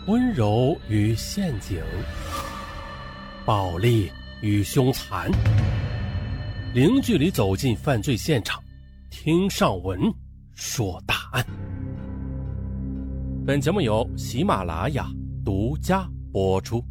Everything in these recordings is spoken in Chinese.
温柔与陷阱，暴力与凶残，零距离走进犯罪现场，听上文说大案。本节目由喜马拉雅独家播出。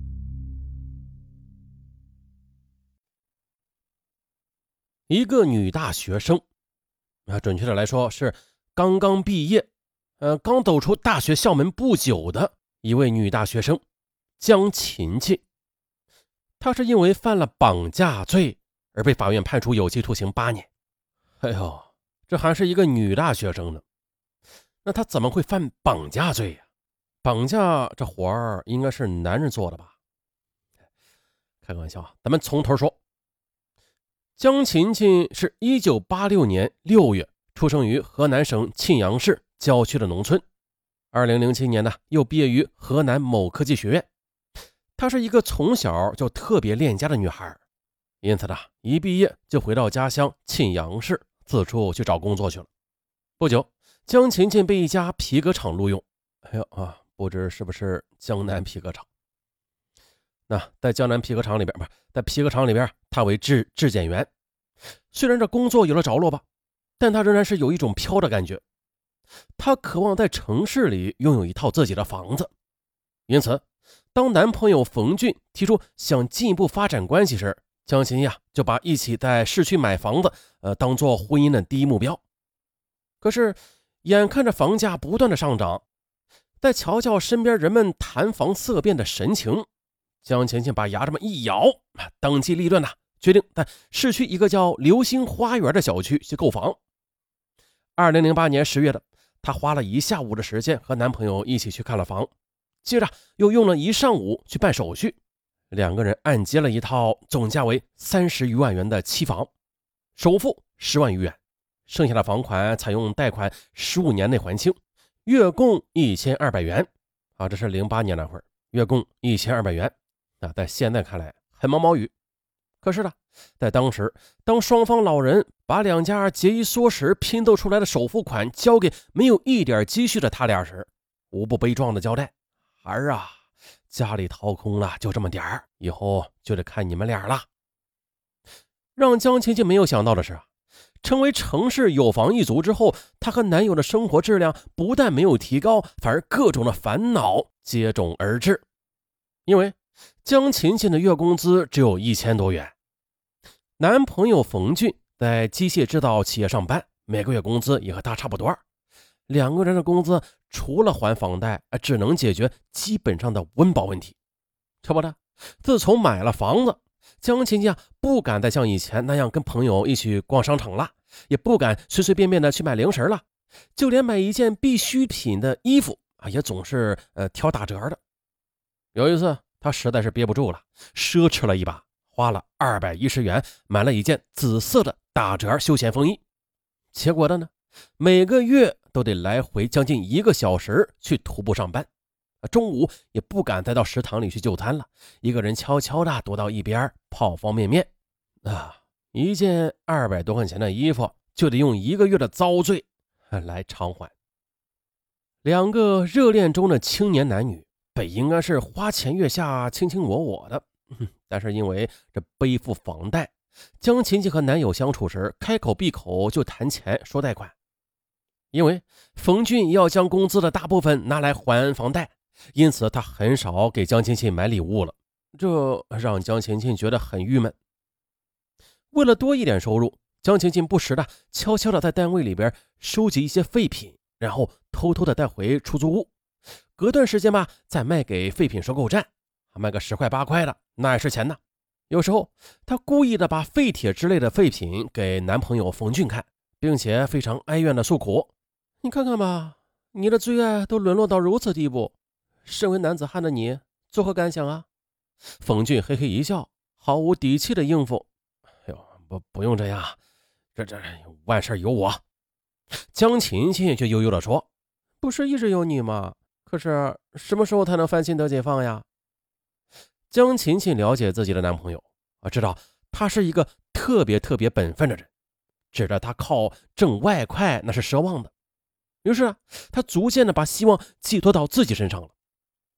一个女大学生，准确的来说是刚刚毕业，刚走出大学校门不久的一位女大学生江琴琴。她是因为犯了绑架罪而被法院判处有期徒刑8年。哎呦，这还是一个女大学生呢，那她怎么会犯绑架罪呀？绑架这活儿应该是男人做的吧？开个玩笑，咱们从头说。江琴琴是1986年6月出生于河南省沁阳市郊区的农村。2007年呢，又毕业于河南某科技学院。她是一个从小就特别恋家的女孩，因此呢，一毕业就回到家乡沁阳市自处去找工作去了。不久，江琴琴被一家皮革厂录用。不知是不是江南皮革厂？那在江南皮革厂里边，在皮革厂里边，他为质检员。虽然这工作有了着落吧，但他仍然是有一种飘的感觉。他渴望在城市里拥有一套自己的房子，因此当男朋友冯俊提出想进一步发展关系时，江琴就把一起在市区买房子当做婚姻的第一目标。可是眼看着房价不断的上涨，再瞧瞧身边人们谈房色变的神情，江琴琴把牙这么一咬，当机立断决定在市区一个叫流星花园的小区去购房。2008年10月的，她花了一下午的时间和男朋友一起去看了房，接着又用了一上午去办手续。两个人按揭了一套总价为30余万元的期房，首付10万余元，剩下的房款采用贷款15年内还清，月供1200元。这是08年那会儿，月供1200元。在现在看来很毛毛雨。可是呢，在当时，当双方老人把两家节衣缩食拼凑出来的首付款交给没有一点积蓄的他俩时，无不悲壮的交代：孩儿啊，家里掏空了就这么点儿，以后就得看你们俩了。让江琴琴没有想到的是成为城市有房一族之后，她和男友的生活质量不但没有提高，反而各种的烦恼接踵而至。因为江琴琴的月工资只有1000多元，男朋友冯俊在机械制造企业上班，每个月工资也和他差不多。两个人的工资除了还房贷，只能解决基本上的温饱问题。这不的，自从买了房子，江琴琴不敢再像以前那样跟朋友一起逛商场了，也不敢随随便便的去买零食了，就连买一件必需品的衣服也总是挑打折的。有一次他实在是憋不住了，奢侈了一把，花了210元买了一件紫色的打折休闲风衣。结果的呢，每个月都得来回将近1个小时去徒步上班，中午也不敢再到食堂里去就餐了，一个人悄悄地躲到一边泡方便面。一件200多块钱的衣服就得用1个月的遭罪来偿还。两个热恋中的青年男女本应该是花前月下卿卿我我的，但是因为这背负房贷，江琴琴和男友相处时开口闭口就谈钱说贷款。因为冯俊要将工资的大部分拿来还房贷，因此他很少给江琴琴买礼物了，这让江琴琴觉得很郁闷。为了多一点收入，江琴琴不时的悄悄的在单位里边收集一些废品，然后偷偷的带回出租屋，隔段时间再卖给废品收购站，卖个10块8块的，那也是钱呢。有时候她故意的把废铁之类的废品给男朋友冯俊看，并且非常哀怨的诉苦：你看看吧，你的最爱都沦落到如此地步，身为男子汉的你作何感想啊？冯俊嘿嘿一笑，毫无底气的应付：不用这样，这万事有我。江琴琴却悠悠地说：不是一直有你吗？可是什么时候才能放心得解放呀？江琴琴了解自己的男朋友，知道他是一个特别本分的人，指着他靠挣外快那是奢望的。于是他逐渐的把希望寄托到自己身上了。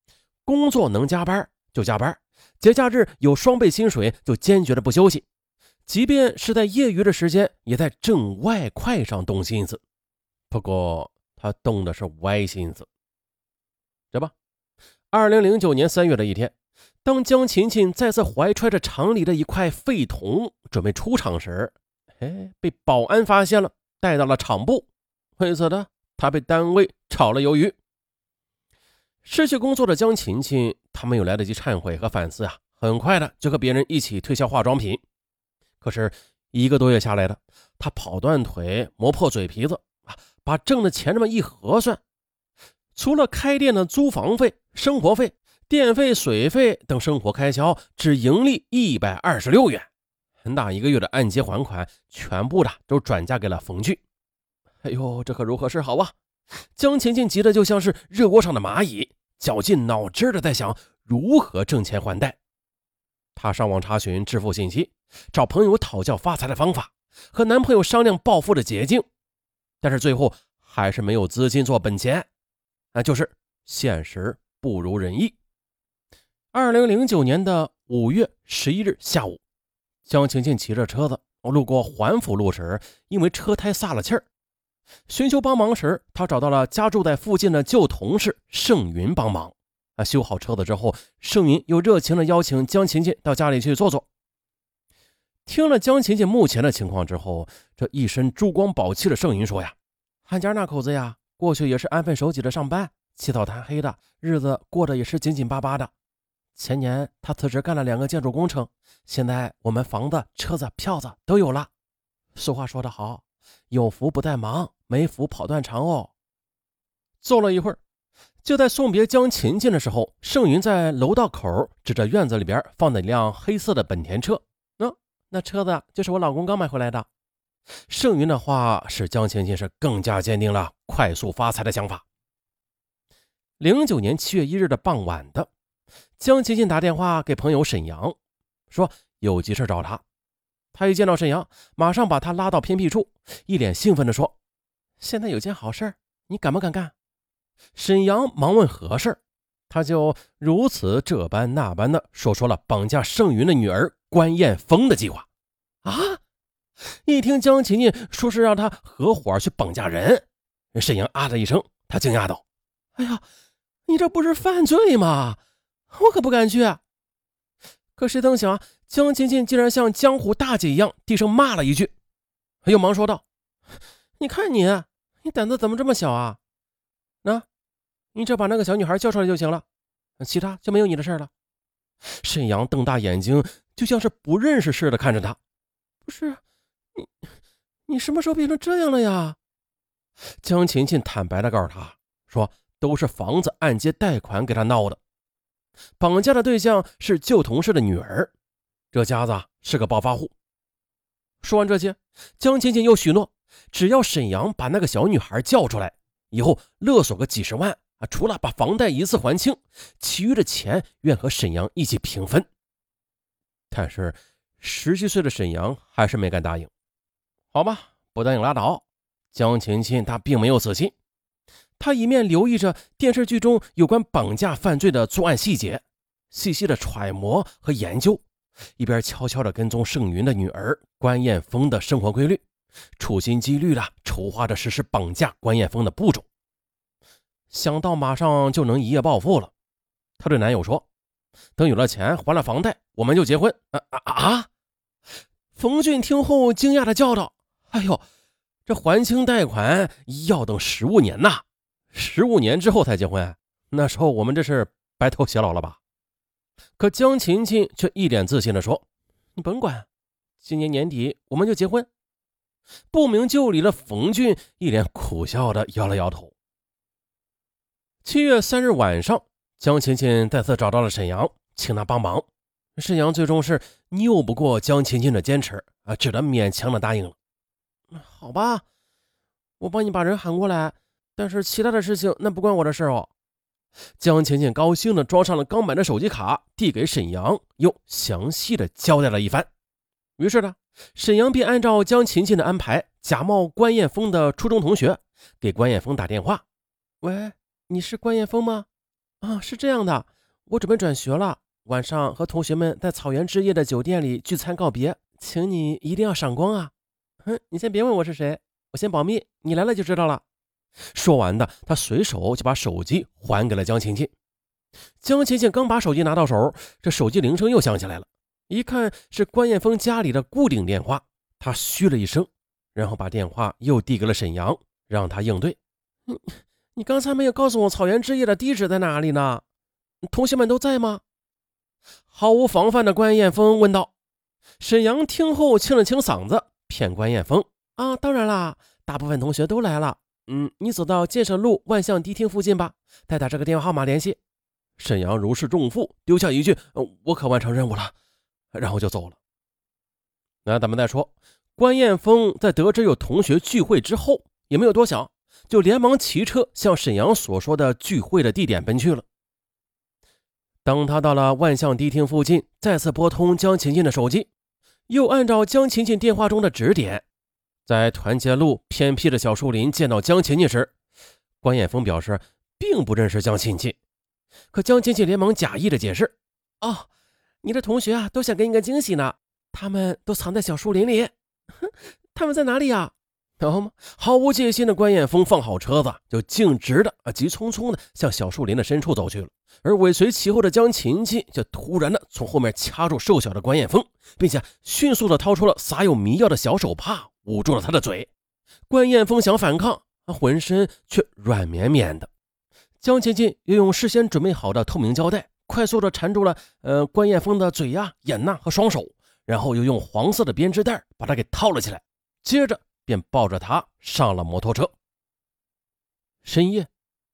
工作能加班就加班，节假日有双倍薪水就坚决的不休息，即便是在业余的时间也在挣外快上动心思。不过他动的是歪心思。这不2009年3月的一天，当江琴琴再次怀揣着厂里的一块废铜准备出厂时，被保安发现了，带到了厂部。为此呢，他被单位炒了鱿鱼。失去工作的江琴琴，她没有来得及忏悔和反思啊，很快的就和别人一起推销化妆品。可是1个多月下来的，她跑断腿，磨破嘴皮子，把挣的钱这么一核算，除了开店的租房费、生活费、电费、水费等生活开销，只盈利126元。那1个月的按揭还款全部的都转嫁给了冯俊。哎呦，这可如何是好啊！江琴琴急得就像是热锅上的蚂蚁，绞尽脑汁的在想如何挣钱还贷。她上网查询致富信息，找朋友讨教发财的方法，和男朋友商量暴富的捷径，但是最后还是没有资金做本钱，就是现实不如人意。2009年的5月11日下午，江琴琴骑着车子路过环府路时，因为车胎撒了气儿，寻求帮忙时，他找到了家住在附近的旧同事盛云帮忙。修好车子之后，盛云又热情地邀请江琴琴到家里去坐坐。听了江琴琴目前的情况之后，这一身珠光宝气的盛云说呀：“俺家那口子呀，过去也是安分守己的上班，起早贪黑的，日子过得也是紧紧巴巴的。前年他辞职干了2个建筑工程，现在我们房子、车子、票子都有了。俗话说得好，有福不在忙，没福跑断肠哦。”坐了一会儿，就在送别江琴琴的时候，盛云在楼道口指着院子里边放的一辆黑色的本田车，那车子就是我老公刚买回来的。盛云的话使江琴琴是更加坚定了快速发财的想法。09年7月1日的傍晚的，江琴琴打电话给朋友沈阳，说有急事找他。他一见到沈阳，马上把他拉到偏僻处，一脸兴奋地说：“现在有件好事，你敢不敢干？”沈阳忙问何事，他就如此这般那般的说了绑架盛云的女儿关艳峰的计划。一听江琴琴说是让他合伙去绑架人，沈阳啊的一声，他惊讶道：“哎呀，你这不是犯罪吗？我可不敢去。”可谁曾想，江琴琴竟然像江湖大姐一样低声骂了一句，又忙说道：“你看你胆子怎么这么小啊？你只把那个小女孩叫出来就行了，其他就没有你的事了。”沈阳瞪大眼睛，就像是不认识似的看着他：“不是，你什么时候变成这样了呀？”江琴琴坦白的告诉他说，都是房子按揭贷款给他闹的，绑架的对象是旧同事的女儿，这家子是个暴发户。说完这些，江琴琴又许诺，只要沈阳把那个小女孩叫出来，以后勒索个几十万，除了把房贷一次还清，其余的钱愿和沈阳一起平分。但是17岁的沈阳还是没敢答应。好吧，不答应拉倒。江琴琴她并没有死心，她一面留意着电视剧中有关绑架犯罪的作案细节，细细的揣摩和研究，一边悄悄地跟踪盛云的女儿关艳峰的生活规律，处心积虑地筹划着实施绑架关艳峰的步骤。想到马上就能一夜暴富了，她对男友说：“等有了钱还了房贷，我们就结婚。”冯俊听后惊讶地叫道：“哎呦，这还清贷款要等15年呐！15年之后才结婚，那时候我们这是白头偕老了吧？”可江琴琴却一脸自信地说：“你甭管，今年年底我们就结婚。”不明就里的冯俊一脸苦笑地摇了摇头。7月3日晚上，江琴琴再次找到了沈阳，请他帮忙。沈阳最终是拗不过江琴琴的坚持，只得勉强的答应了。好吧，我帮你把人喊过来，但是其他的事情那不关我的事哦。江琴琴高兴的装上了刚买的手机卡，递给沈阳，又详细的交代了一番。于是呢，沈阳便按照江琴琴的安排，假冒关艳峰的初中同学，给关艳峰打电话：“喂，你是关艳峰吗？是这样的， 我准备转学了，晚上和同学们在草原之夜的酒店里聚餐告别，请你一定要赏光啊。你先别问我是谁，我先保密，你来了就知道了。说完的，他随手就把手机还给了江晴晴。江晴晴刚把手机拿到手，这手机铃声又响起来了，一看是关彦峰家里的固定电话，他嘘了一声，然后把电话又递给了沈阳，让他应对。你刚才没有告诉我草原之夜的地址在哪里呢？同学们都在吗？毫无防范的关彦峰问道。沈阳听后清了清嗓子，骗关彦峰啊，当然啦，大部分同学都来了。你走到建设路万象迪厅附近吧，再打这个电话号码联系。沈阳如释重负，丢下一句我可完成任务了，然后就走了。那咱们再说，关彦峰在得知有同学聚会之后，也没有多想，就连忙骑车向沈阳所说的聚会的地点奔去了。当他到了万象迪厅附近，再次拨通江晴晴的手机，又按照江晴晴电话中的指点，在团结路偏僻的小树林见到江晴晴时，关彦峰表示并不认识江晴晴。可江晴晴连忙假意的解释，你的同学都想给你个惊喜呢，他们都藏在小树林里。他们在哪里呀？毫无戒心的关彦峰放好车子，就径直的急匆匆的向小树林的深处走去了。而尾随其后的江晴晴就突然的从后面掐住瘦小的关彦峰，并且迅速的掏出了撒有迷药的小手帕，捂住了他的嘴。关彦峰想反抗，浑身却软绵绵的。江晴晴又用事先准备好的透明胶带快速的缠住了关彦峰的嘴呀、眼呐和双手，然后又用黄色的编织袋把他给套了起来，接着便抱着他上了摩托车。深夜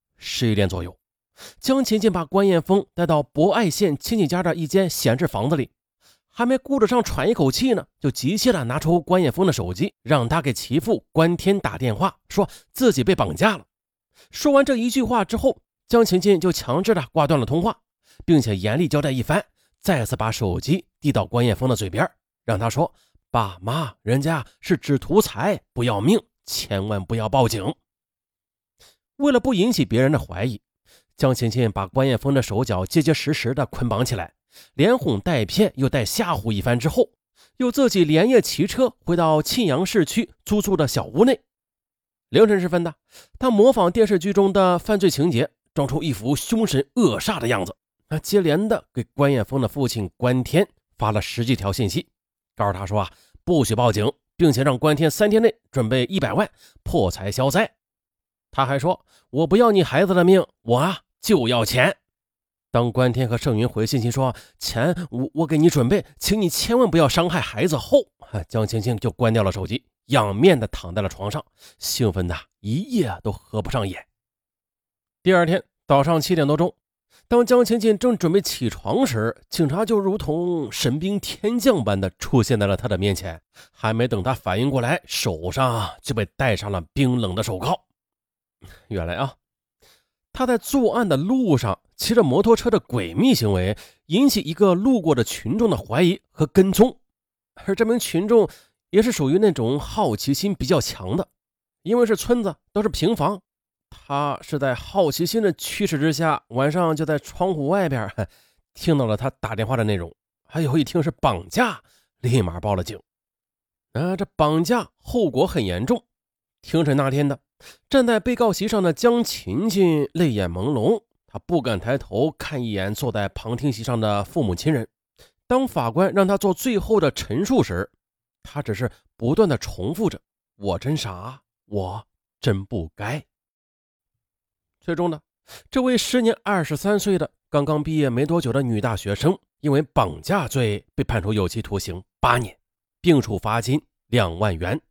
11点左右，江晴晴把关彦峰带到博爱县亲戚家的一间闲置房子里，还没顾得上喘一口气呢，就急切地拿出关彦峰的手机，让他给其父关天打电话，说自己被绑架了。说完这一句话之后，江晴晴就强制地挂断了通话，并且严厉交代一番，再次把手机递到关彦峰的嘴边，让他说：爸妈，人家是只图财不要命，千万不要报警。为了不引起别人的怀疑，江晴晴把关彦峰的手脚结结实实地捆绑起来，连哄带骗又带吓唬一番之后，又自己连夜骑车回到沁阳市区租住的小屋内。凌晨时分的，他模仿电视剧中的犯罪情节，装出一副凶神恶煞的样子，接连的给关彦峰的父亲关天发了10几条信息，告诉他说不许报警，并且让关天3天内准备100万破财消灾。他还说，我不要你孩子的命，我就要钱。当关天和盛云回信息说钱我给你准备，请你千万不要伤害孩子后，江晴晴就关掉了手机，仰面的躺在了床上，兴奋的一夜都合不上眼。第二天早上7点多钟，当江晴晴正准备起床时，警察就如同神兵天将般的出现在了他的面前，还没等他反应过来，手上就被戴上了冰冷的手铐。原来他在作案的路上骑着摩托车的诡秘行为引起一个路过的群众的怀疑和跟踪，而这名群众也是属于那种好奇心比较强的，因为是村子都是平房，他是在好奇心的驱使之下，晚上就在窗户外边听到了他打电话的内容，还有一听是绑架，立马报了警。这绑架后果很严重。庭审那天的，站在被告席上的江晴晴泪眼朦胧，他不敢抬头看一眼坐在旁听席上的父母亲人。当法官让他做最后的陈述时，他只是不断的重复着我真傻，我真不该。最终呢，这位时年23岁的刚刚毕业没多久的女大学生，因为绑架罪被判处有期徒刑8年，并处罚金2万元。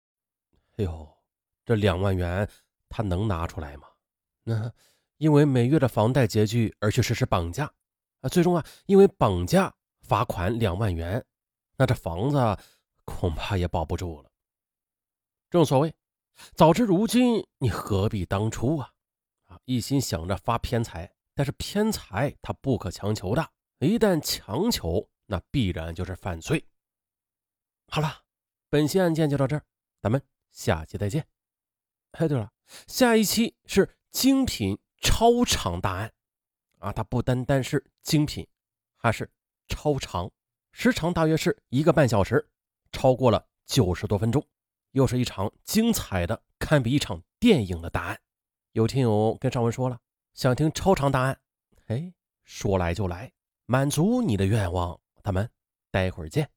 这2万元他能拿出来吗？因为每月的房贷拮据而去实施绑架，最终因为绑架罚款2万元，那这房子恐怕也保不住了。正所谓早知如今你何必当初一心想着发偏财，但是偏财它不可强求的，一旦强求，那必然就是犯罪。好了，本期案件就到这儿，咱们下期再见。对了，下一期是精品超长大案它不单单是精品，还是超长，时长大约是1个半小时，超过了90多分钟，又是一场精彩的堪比一场电影的答案。有听友跟尚文说了，想听超长答案，说来就来，满足你的愿望，咱们待会儿见。